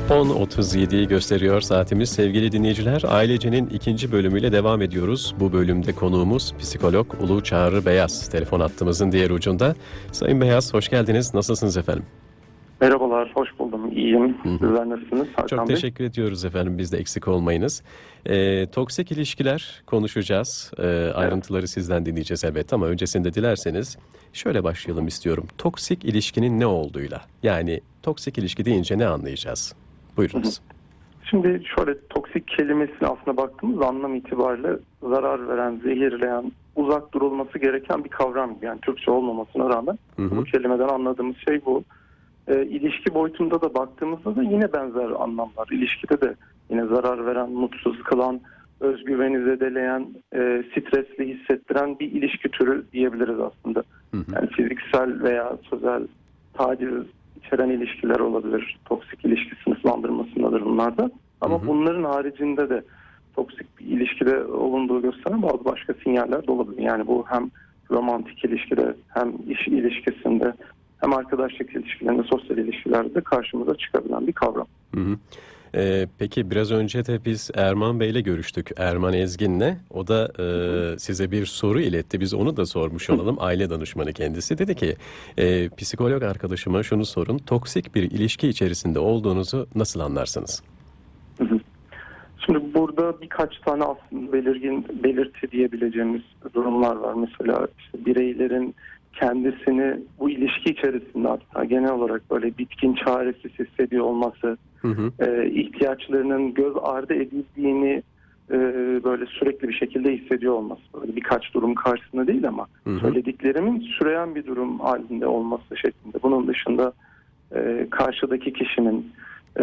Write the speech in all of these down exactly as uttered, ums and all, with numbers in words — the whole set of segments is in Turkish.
on otuz yediyi gösteriyor saatimiz. Sevgili dinleyiciler, Ailece'nin ikinci bölümüyle devam ediyoruz. Bu bölümde konuğumuz psikolog Ulu Çağrı Beyaz. Telefon hattımızın diğer ucunda. Sayın Beyaz, hoş geldiniz. Nasılsınız efendim? Merhabalar, hoş buldum. İyiyim. Hı hı. Sizler nasılsınız Hakan Çok Bey? teşekkür ediyoruz efendim. Biz de eksik olmayınız. Ee, toksik ilişkiler konuşacağız. Ee, ayrıntıları sizden dinleyeceğiz elbette ama öncesinde dilerseniz şöyle başlayalım istiyorum. Toksik ilişkinin ne olduğuyla, yani toksik ilişki deyince ne anlayacağız? Buyurunuz. Şimdi şöyle, toksik kelimesine aslında baktığımız anlam itibariyle zarar veren, zehirleyen, uzak durulması gereken bir kavram. Yani Türkçe olmamasına rağmen Hı hı. bu kelimeden anladığımız şey bu. E, ilişki boyutunda da baktığımızda da yine benzer anlamlar. İlişkide de yine zarar veren, mutsuz kılan, özgüveni zedeleyen, e, stresli hissettiren bir ilişki türü diyebiliriz aslında. Hı hı. Yani fiziksel veya sözel taciz içeren ilişkiler olabilir. Toksik ilişki sınıflandırmasındadır bunlar da. Ama Hı hı. bunların haricinde de toksik bir ilişkide olunduğu gösteren bazı başka sinyaller de olabilir. Yani bu hem romantik ilişkide, hem iş ilişkisinde, hem arkadaşlık ilişkilerinde, sosyal ilişkilerde karşımıza çıkabilen bir kavram. Hı hı. Ee, peki biraz önce de biz Erman Bey'le görüştük. Erman Ezgin'le. O da e, size bir soru iletti. Biz onu da sormuş olalım. Aile danışmanı kendisi. Dedi ki e, psikolog arkadaşıma şunu sorun. Toksik bir ilişki içerisinde olduğunuzu nasıl anlarsınız? Hı hı. Şimdi burada birkaç tane aslında belirgin belirti diyebileceğimiz durumlar var. Mesela işte bireylerin kendisini bu ilişki içerisinde, hatta genel olarak böyle bitkin, çaresiz hissediyor olması, Hı hı. e, ihtiyaçlarının göz ardı edildiğini e, böyle sürekli bir şekilde hissediyor olması. Böyle birkaç durum karşısında değil ama Hı hı. söylediklerimin süreyen bir durum halinde olması şeklinde. Bunun dışında e, karşıdaki kişinin e,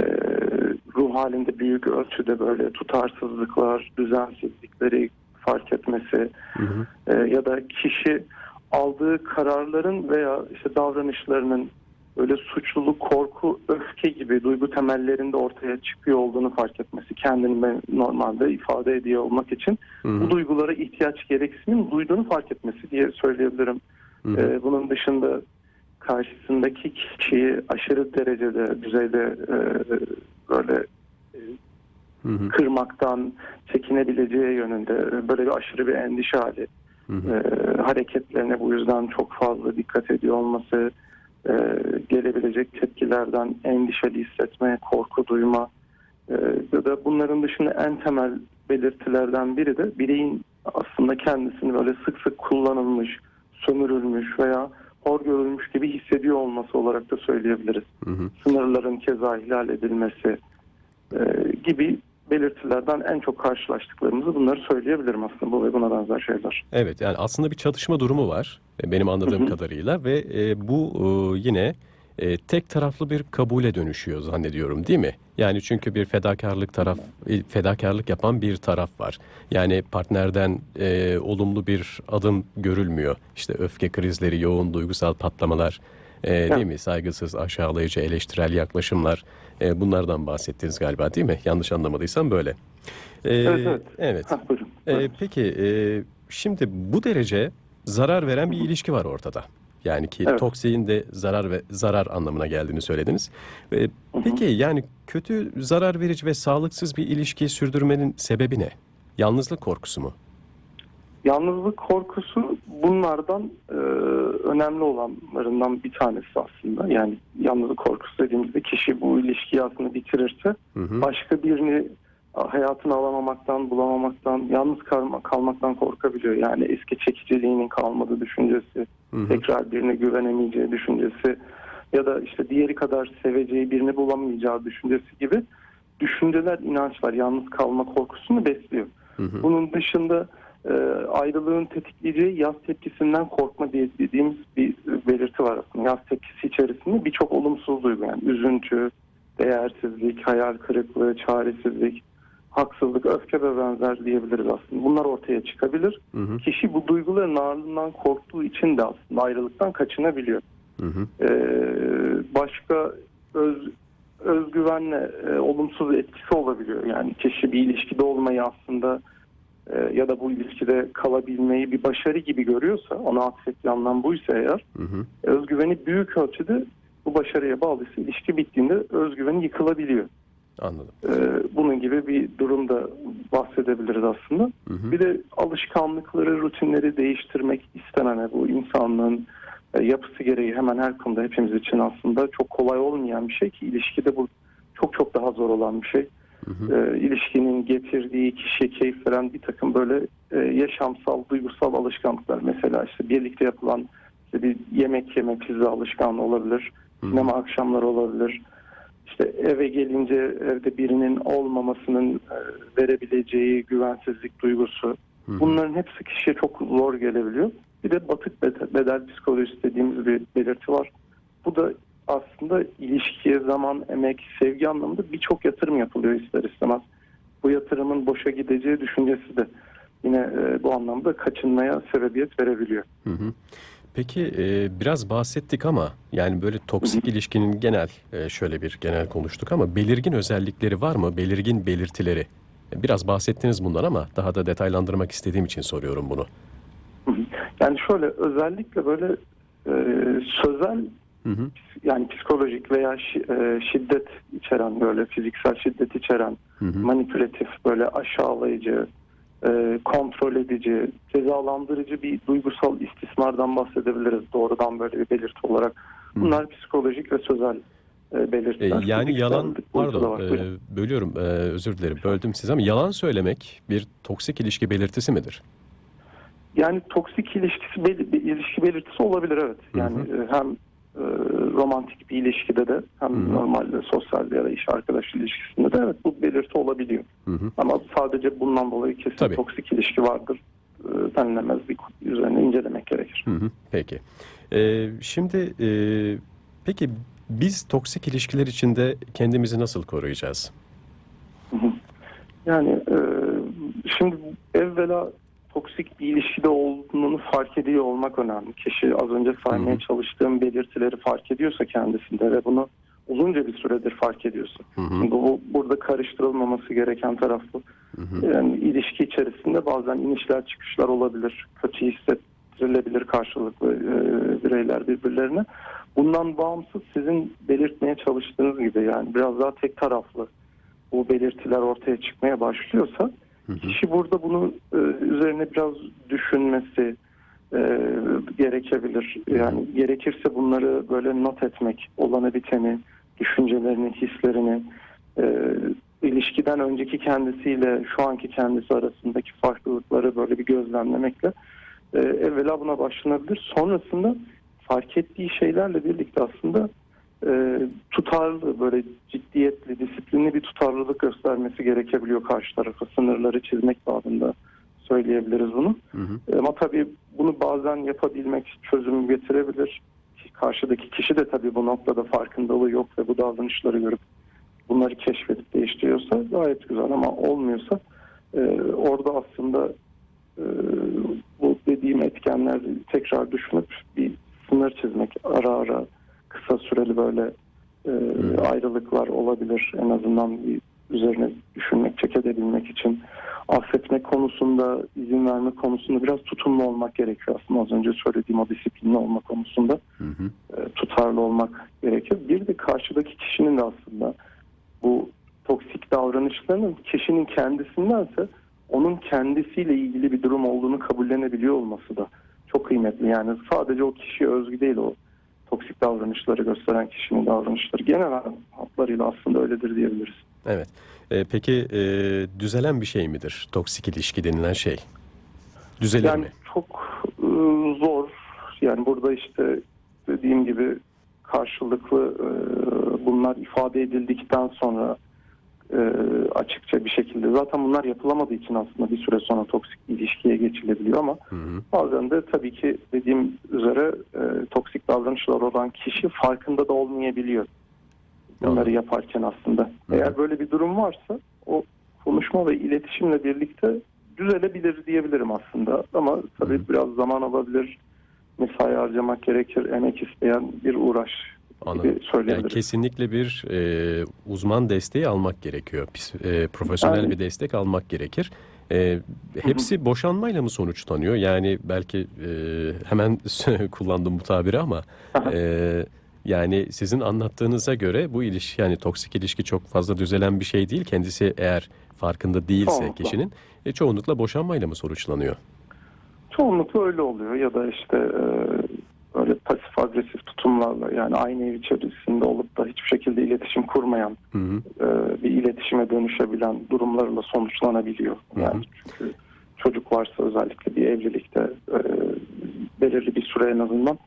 ruh halinde büyük ölçüde böyle tutarsızlıklar, düzensizlikleri fark etmesi, Hı hı. e, ya da kişi aldığı kararların veya işte davranışlarının öyle suçluluk, korku, öfke gibi duygu temellerinde ortaya çıkıyor olduğunu fark etmesi, kendini normalde ifade ediyor olmak için Hı hı. bu duygulara ihtiyaç, gereksinim duyduğunu fark etmesi diye söyleyebilirim. Hı hı. Ee, bunun dışında karşısındaki kişiyi aşırı derecede, düzeyde e, böyle e, Hı hı. kırmaktan çekinebileceği yönünde böyle bir aşırı bir endişe hali. Hı hı. E, hareketlerine bu yüzden çok fazla dikkat ediyor olması, e, gelebilecek tepkilerden endişeli hissetme, korku duyma, e, ya da bunların dışında en temel belirtilerden biri de bireyin aslında kendisini böyle sık sık kullanılmış, sömürülmüş veya hor görülmüş gibi hissediyor olması olarak da söyleyebiliriz. Hı hı. Sınırların keza ihlal edilmesi e, gibi belirtilerden en çok karşılaştıklarımızı bunları söyleyebilirim aslında, bu ve buna benzer şeyler. Evet, yani aslında bir çatışma durumu var e, benim anladığım Hı hı. kadarıyla ve e, bu e, yine e, tek taraflı bir kabule dönüşüyor zannediyorum, değil mi? Yani çünkü bir fedakarlık taraf e, fedakarlık yapan bir taraf var. Yani partnerden e, olumlu bir adım görülmüyor. İşte öfke krizleri, yoğun duygusal patlamalar, e, değil Evet. mi? Saygısız, aşağılayıcı, eleştirel yaklaşımlar. E, bunlardan bahsettiniz galiba, değil mi? Yanlış anlamadıysam böyle. E, Evet, evet. evet. Ha, buyurun. Ee, buyurun. peki e, şimdi bu derece zarar veren bir ilişki var ortada. Yani ki Evet. toksiğin de zarar ve zarar anlamına geldiğini söylediniz. Ee, Hı hı. peki yani kötü, zarar verici ve sağlıksız bir ilişkiyi sürdürmenin sebebi ne? Yalnızlık korkusu mu? Yalnızlık korkusu bunlardan e, önemli olanlarından bir tanesi aslında. Yani yalnızlık korkusu dediğimizde kişi bu ilişkiyi aslında bitirirse Hı hı. başka birini hayatına alamamaktan, bulamamaktan, yalnız kalma, kalmaktan korkabiliyor. Yani eski çekiciliğinin kalmadığı düşüncesi, Hı hı. tekrar birine güvenemeyeceği düşüncesi ya da işte diğeri kadar seveceği birini bulamayacağı düşüncesi gibi düşünceler, inançlar yalnız kalma korkusunu besliyor. Hı hı. Bunun dışında e, ayrılığın tetikleyeceği yaz tepkisinden korkma diye dediğimiz bir belirti var aslında. Yaz tepkisi içerisinde birçok olumsuz duygu, yani üzüntü, değersizlik, hayal kırıklığı, çaresizlik, haksızlık, öfke ve benzer diyebiliriz aslında. Bunlar ortaya çıkabilir. Hı hı. Kişi bu duyguların ağırlığından korktuğu için de aslında ayrılıktan kaçınabiliyor. Hı hı. Ee, başka öz, özgüvenle e, olumsuz etkisi olabiliyor. Yani kişi bir ilişkide olmayı aslında e, ya da bu ilişkide kalabilmeyi bir başarı gibi görüyorsa, ona atfettiği anlam buysa eğer, Hı hı. özgüveni büyük ölçüde bu başarıya bağlıysa ilişki bittiğinde özgüveni yıkılabiliyor. Anladım. E, bunun gibi bir durumda bahsedebiliriz aslında. Hı hı. Bir de alışkanlıkları, rutinleri değiştirmek istememe, bu insanlığın e, yapısı gereği hemen her konuda hepimiz için aslında çok kolay olmayan bir şey ki ilişkide bu çok çok daha zor olan bir şey. Hı hı. E, ilişkinin getirdiği kişiye keyif veren bir takım böyle e, yaşamsal, duygusal alışkanlıklar. Mesela işte birlikte yapılan işte bir yemek yeme, pizza alışkanlığı olabilir. Hı hı. Sinema akşamları olabilir. İşte eve gelince evde birinin olmamasının e, verebileceği güvensizlik duygusu. Hı hı. Bunların hepsi kişiye çok zor gelebiliyor. Bir de batık bedel, bedel psikolojisi dediğimiz bir belirti var. Bu da aslında ilişkiye zaman, emek, sevgi anlamında birçok yatırım yapılıyor ister istemez. Bu yatırımın boşa gideceği düşüncesi de yine e, bu anlamda kaçınmaya sebebiyet verebiliyor. Hı hı. Peki e, biraz bahsettik ama yani böyle toksik ilişkinin genel e, şöyle bir genel konuştuk ama belirgin özellikleri var mı? Belirgin belirtileri. E, Biraz bahsettiniz bundan ama daha da detaylandırmak istediğim için soruyorum bunu. Yani şöyle özellikle böyle e, sözel, Hı hı. yani psikolojik veya şi- e, şiddet içeren, böyle fiziksel şiddet içeren, Hı hı. manipülatif, böyle aşağılayıcı, e, kontrol edici, cezalandırıcı bir duygusal istismardan bahsedebiliriz doğrudan böyle bir belirti olarak. Hı hı. Bunlar psikolojik ve sözel e, E, belirtiler. yani Fiziksel yalan, boyutu da pardon, var. e, Buyurun. bölüyorum, e, özür dilerim, böldüm sizi ama yalan söylemek bir toksik ilişki belirtisi midir? Yani toksik ilişkisi bel- bir ilişki belirtisi olabilir, evet. Hı Yani hı. e, hem e, romantik bir ilişkide de hem Hı hı. normalde sosyal ya da iş arkadaş ilişkisinde de evet bu belirti olabiliyor. Hı hı. Ama sadece bundan dolayı kesin Tabii. toksik ilişki vardır e, denilemez, bir üzerine incelemek gerekir. Hı hı. Peki. E, şimdi e, peki biz toksik ilişkiler içinde kendimizi nasıl koruyacağız? Hı hı. Yani e, şimdi evvela toksik bir ilişkide olduğunu fark ediyor olmak önemli. Kişi az önce saymaya Hı hı. çalıştığım belirtileri fark ediyorsa kendisinde ve bunu uzunca bir süredir fark ediyorsa. Hı hı. Şimdi bu burada karıştırılmaması gereken taraf bu. Hı hı. Yani ilişki içerisinde bazen inişler çıkışlar olabilir. Kötü hissettirilebilir karşılıklı e, bireyler birbirlerine. Bundan bağımsız sizin belirtmeye çalıştığınız gibi yani biraz daha tek taraflı bu belirtiler ortaya çıkmaya başlıyorsa Hı hı. kişi burada bunu e, üzerine biraz düşünmesi e, gerekebilir. Yani gerekirse bunları böyle not etmek, olanı biteni, düşüncelerini, hislerini, e, ilişkiden önceki kendisiyle şu anki kendisi arasındaki farklılıkları böyle bir gözlemlemekle e, evvela buna başlanabilir. Sonrasında fark ettiği şeylerle birlikte aslında e, tutarlı, böyle ciddiyetli, disiplinli bir tutarlılık göstermesi gerekebiliyor karşı tarafa. Sınırları çizmek babında söyleyebiliriz bunu. Hı hı. E, ama tabii bunu bazen yapabilmek çözüm getirebilir. Karşıdaki kişi de tabii bu noktada farkındalığı yok ve bu davranışları görüp bunları keşfedip değiştiriyorsa gayet güzel, ama olmuyorsa e, orada aslında e, bu dediğim etkenler tekrar düşünüp bir sınır çizmek, ara ara kısa süreli böyle e, ayrılıklar olabilir. En azından bir üzerine düşünmek, çek edebilmek için affetmek konusunda, izin verme konusunda biraz tutumlu olmak gerekiyor aslında. Az önce söylediğim o disiplinli olma konusunda Hı hı. e, tutarlı olmak gerekiyor. Bir de karşıdaki kişinin de aslında bu toksik davranışlarının kişinin kendisindense onun kendisiyle ilgili bir durum olduğunu kabullenebiliyor olması da çok kıymetli. Yani sadece o kişiye özgü değil o toksik davranışları gösteren kişinin davranışları. Genel hatlarıyla aslında öyledir diyebiliriz. Evet. E, peki e, düzelen bir şey midir toksik ilişki denilen şey? Düzelir Yani mi? çok e, zor. Yani burada işte dediğim gibi karşılıklı e, bunlar ifade edildikten sonra e, açıkça bir şekilde, zaten bunlar yapılamadığı için aslında bir süre sonra toksik ilişkiye geçilebiliyor, ama Hı hı. bazen de tabii ki dediğim üzere e, toksik davranışlar olan kişi farkında da olmayabiliyor bunları Anladım. yaparken aslında. Hı hı. Eğer böyle bir durum varsa o konuşma ve iletişimle birlikte düzelebilir diyebilirim aslında. Ama tabii Hı hı. biraz zaman alabilir, mesai harcamak gerekir, emek isteyen bir uğraş Anladım. gibi Yani söyleyebiliriz. kesinlikle bir e, uzman desteği almak gerekiyor. Pis- e, profesyonel Yani- bir destek almak gerekir. E, hepsi boşanmayla mı sonuçlanıyor? Yani belki e, hemen kullandım bu tabiri ama e, Yani sizin anlattığınıza göre bu ilişki, yani toksik ilişki çok fazla düzelen bir şey değil. Kendisi eğer farkında değilse Çoğunlukla. kişinin e, çoğunlukla boşanmayla mı sonuçlanıyor? Çoğunlukla öyle oluyor ya da işte e, böyle pasif agresif tutumlarla, yani aynı ev içerisinde olup da hiçbir şekilde iletişim kurmayan, Hı hı. e, bir iletişime dönüşebilen durumlarla sonuçlanabiliyor. Hı hı. Yani çünkü çocuk varsa özellikle bir evlilikte e, belirli bir süre en azından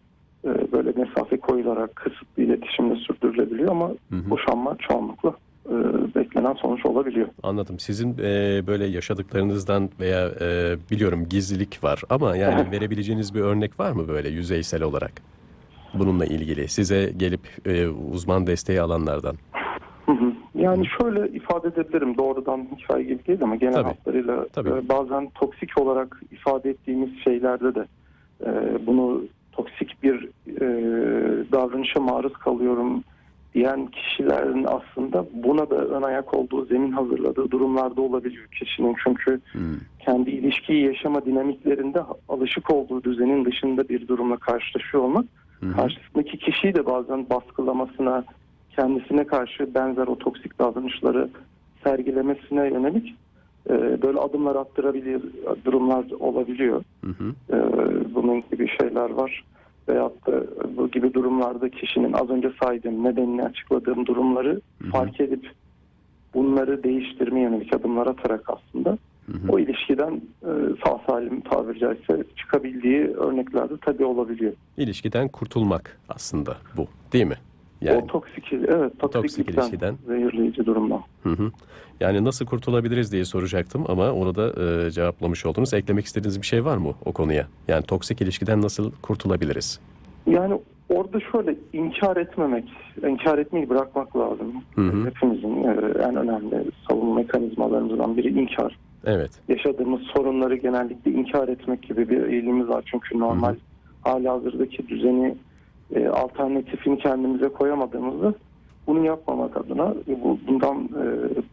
e, böyle mesafe koyularak kısıtlı iletişimle sürdürülebiliyor ama Hı hı. boşanma çoğunlukla e, beklenen sonuç olabiliyor. Anladım. Sizin e, böyle yaşadıklarınızdan veya e, biliyorum gizlilik var ama yani verebileceğiniz bir örnek var mı böyle yüzeysel olarak bununla ilgili size gelip e, uzman desteği alanlardan? Hı hı. Yani şöyle ifade edebilirim, doğrudan hikaye gibi değil ama genel Tabii, hatlarıyla tabii. e, bazen toksik olarak ifade ettiğimiz şeylerde de e, bunu toksik bir e, davranışa maruz kalıyorum diyen kişilerin aslında buna da ön ayak olduğu, zemin hazırladığı durumlarda olabiliyor kişinin. Çünkü Hmm. kendi ilişkiyi yaşama dinamiklerinde alışık olduğu düzenin dışında bir durumla karşılaşıyor olmak, Hı hı. karşısındaki kişiyi de bazen baskılamasına, kendisine karşı benzer o toksik davranışları sergilemesine yönelik e, böyle adımlar attırabilir durumlar olabiliyor. Hı hı. E, bunun gibi şeyler var. Veyahut da bu gibi durumlarda kişinin az önce saydığım, nedenini açıkladığım durumları Hı hı. fark edip bunları değiştirmeye yönelik adımlar atarak aslında Hı hı. o ilişkiden e, sağ salim tabiri caizse çıkabildiği örneklerde tabii olabiliyor. İlişkiden kurtulmak aslında bu, değil mi? Yani O toksik, evet, toksik toksiklikten, ilişkiden. zehirleyici durumdan. Hı hı. Yani nasıl kurtulabiliriz diye soracaktım ama onu da e, cevaplamış oldunuz. Eklemek istediğiniz bir şey var mı o konuya? Yani toksik ilişkiden nasıl kurtulabiliriz? Yani orada şöyle, inkar etmemek, inkar etmeyi bırakmak lazım. Hı hı. Hepimizin e, en önemli savunma mekanizmalarımızdan biri inkar. Evet. Yaşadığımız sorunları genellikle inkar etmek gibi bir eğilimimiz var. Çünkü normal Hı hı. halihazırdaki düzeni, e, alternatifini kendimize koyamadığımızda bunu yapmamak adına e, bu, bundan e,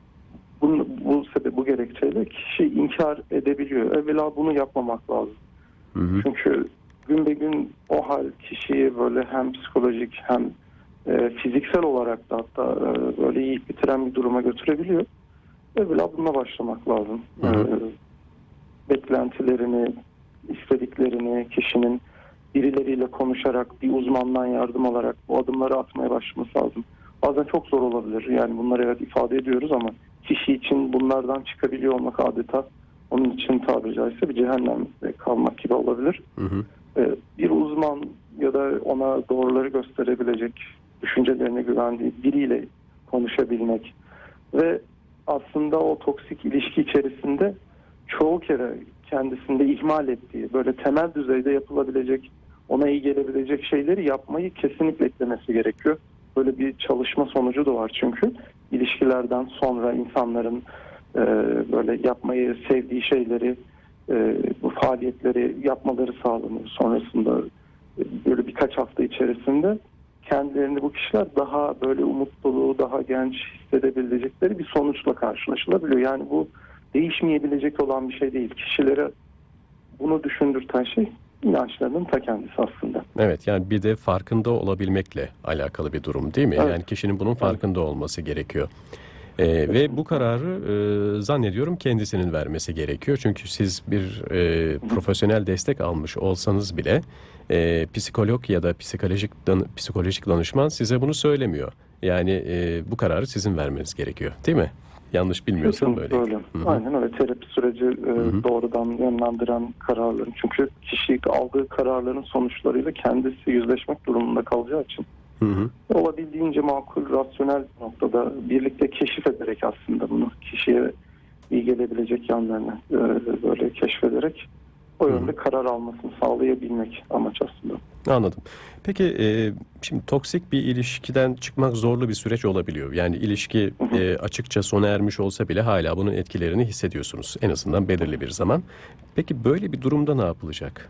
bu, bu sebep bu gerekçeyle kişi inkar edebiliyor. Evvela bunu yapmamak lazım. Hı hı. Çünkü gün be gün o hal kişiyi böyle hem psikolojik hem e, fiziksel olarak da hatta e, böyle yiyip bitiren bir duruma götürebiliyor. Evvela bununla başlamak lazım. Hı hı. E, beklentilerini, istediklerini kişinin birileriyle konuşarak, bir uzmandan yardım alarak bu adımları atmaya başlaması lazım. Bazen çok zor olabilir. Yani bunları evet ifade ediyoruz ama kişi için bunlardan çıkabiliyor olmak adeta onun için tabiri caizse bir cehennemde kalmak gibi olabilir. Hı hı. Ee, Bir uzman ya da ona doğruları gösterebilecek, düşüncelerine güvendiği biriyle konuşabilmek ve aslında o toksik ilişki içerisinde çoğu kere kendisinde ihmal ettiği, böyle temel düzeyde yapılabilecek, ona iyi gelebilecek şeyleri yapmayı kesinlikle eklemesi gerekiyor. Böyle bir çalışma sonucu da var çünkü ilişkilerden sonra insanların e, böyle yapmayı sevdiği şeyleri, e, bu faaliyetleri yapmaları sağlanıyor. Sonrasında e, böyle birkaç hafta içerisinde kendilerini bu kişiler daha böyle umut dolu, daha genç hissedebilecekleri bir sonuçla karşılaşılabiliyor. Yani bu değişmeyebilecek olan bir şey değil. Kişilere bunu düşündürten şey inançlarının ta kendisi aslında. Evet, yani bir de farkında olabilmekle alakalı bir durum değil mi? Evet. Yani kişinin bunun farkında olması gerekiyor. Ee, ve bu kararı e, zannediyorum kendisinin vermesi gerekiyor. Çünkü siz bir e, profesyonel destek almış olsanız bile e, psikolog ya da psikolojik dan psikolojik danışman size bunu söylemiyor. Yani e, bu kararı sizin vermeniz gerekiyor, değil mi? Yanlış bilmiyorsam Kesinlikle böyle. öyle. Aynen öyle. Terapi süreci e, hı. doğrudan yönlendiren kararların. Çünkü kişi aldığı kararların sonuçlarıyla kendisi yüzleşmek durumunda kalacağı için Hı hı. olabildiğince makul, rasyonel bir noktada birlikte keşif ederek aslında bunu kişiye iyi gelebilecek yanlarını e, böyle keşfederek o yönde Hı hı. karar almasını sağlayabilmek amaç aslında. Anladım. Peki e, şimdi toksik bir ilişkiden çıkmak zorlu bir süreç olabiliyor. Yani ilişki Hı hı. e, açıkça sona ermiş olsa bile hala bunun etkilerini hissediyorsunuz. En azından belirli bir zaman. Peki böyle bir durumda ne yapılacak?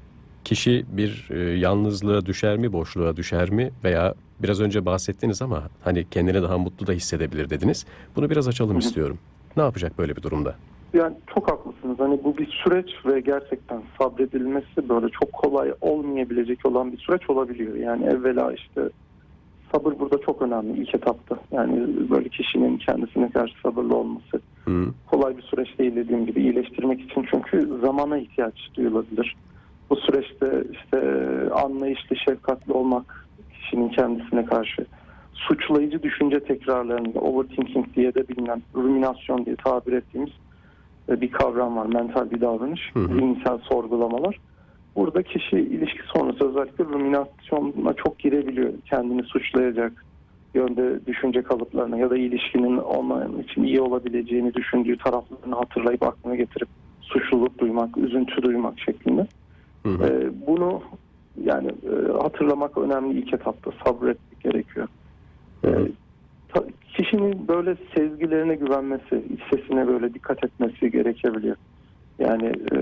Kişi bir e, yalnızlığa düşer mi, boşluğa düşer mi veya biraz önce bahsettiniz ama hani kendini daha mutlu da hissedebilir dediniz. Bunu biraz açalım Hı hı. istiyorum. Ne yapacak böyle bir durumda? Yani çok haklısınız. Hani bu bir süreç ve gerçekten sabredilmesi böyle çok kolay olmayabilecek olan bir süreç olabiliyor. Yani evvela işte sabır burada çok önemli ilk etapta. Yani böyle kişinin kendisine karşı sabırlı olması. Hı. Kolay bir süreç değil dediğim gibi, iyileştirmek için çünkü zamana ihtiyaç duyulabilir. Bu süreçte işte anlayışlı, şefkatli olmak kişinin kendisine karşı. Suçlayıcı düşünce tekrarlarında overthinking diye de bilinen, ruminasyon diye tabir ettiğimiz bir kavram var. Mental bir davranış, Hı hı. zihinsel sorgulamalar. Burada kişi ilişki sonrası özellikle ruminasyona çok girebiliyor. Kendini suçlayacak yönde düşünce kalıplarına ya da ilişkinin onun için iyi olabileceğini düşündüğü taraflarını hatırlayıp aklına getirip suçluluk duymak, üzüntü duymak şeklinde. Hı hı. Ee, bunu yani e, hatırlamak önemli ilk etapta. Sabretmek gerekiyor. Ee, Hı hı. ta- kişinin böyle sezgilerine güvenmesi, iç sesine böyle dikkat etmesi gerekebiliyor. Yani e,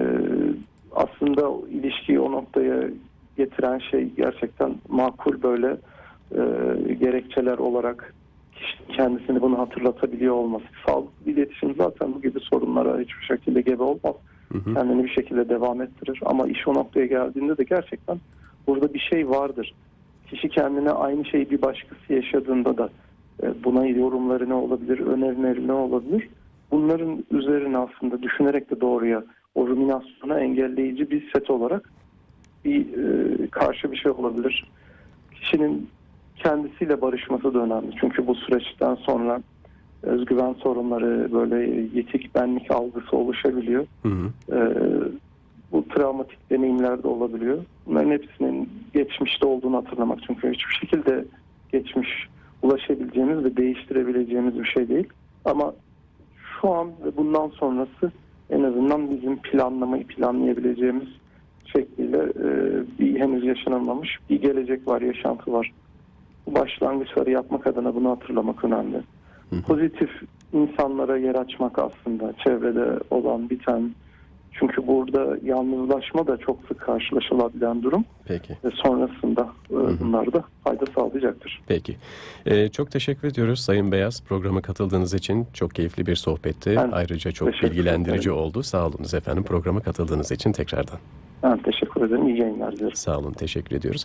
aslında o ilişkiyi o noktaya getiren şey gerçekten makul böyle e, gerekçeler olarak kişi kendisini bunu hatırlatabiliyor olması. Sağlıklı iletişim zaten bu gibi sorunlara hiçbir şekilde gebe olmaz. Hı hı. Kendini bir şekilde devam ettirir. Ama iş o noktaya geldiğinde de gerçekten burada bir şey vardır. Kişi kendine aynı şeyi bir başkası yaşadığında da e, buna yorumları ne olabilir, önerileri ne olabilir? Bunların üzerine aslında düşünerek de doğruya o ruminasyona engelleyici bir set olarak bir e, karşı bir şey olabilir. Kişinin kendisiyle barışması da önemli. Çünkü bu süreçten sonra özgüven sorunları, böyle yetik benlik algısı oluşabiliyor. Hı hı. Ee, bu travmatik deneyimler de olabiliyor. Bunların hepsinin geçmişte olduğunu hatırlamak. Çünkü hiçbir şekilde geçmiş ulaşabileceğimiz ve değiştirebileceğimiz bir şey değil. Ama şu an ve bundan sonrası en azından bizim planlamayı planlayabileceğimiz şekliyle e, bir henüz yaşanılmamış bir gelecek var, yaşantı var. Bu başlangıçları yapmak adına bunu hatırlamak önemli. Hı hı. Pozitif insanlara yer açmak aslında çevrede olan biten. Çünkü burada yalnızlaşma da çok sık karşılaşılabilen durum Peki. ve sonrasında e, bunlar da fayda sağlayacaktır. Peki. Ee, çok teşekkür ediyoruz Sayın Beyaz. Programa katıldığınız için çok keyifli bir sohbetti. Ben Ayrıca çok teşekkür bilgilendirici ederim. oldu. Sağ olunuz efendim programa katıldığınız için tekrardan. Ben teşekkür ederim. İyi yayınlar diliyorum. Sağ olun. Teşekkür ediyoruz.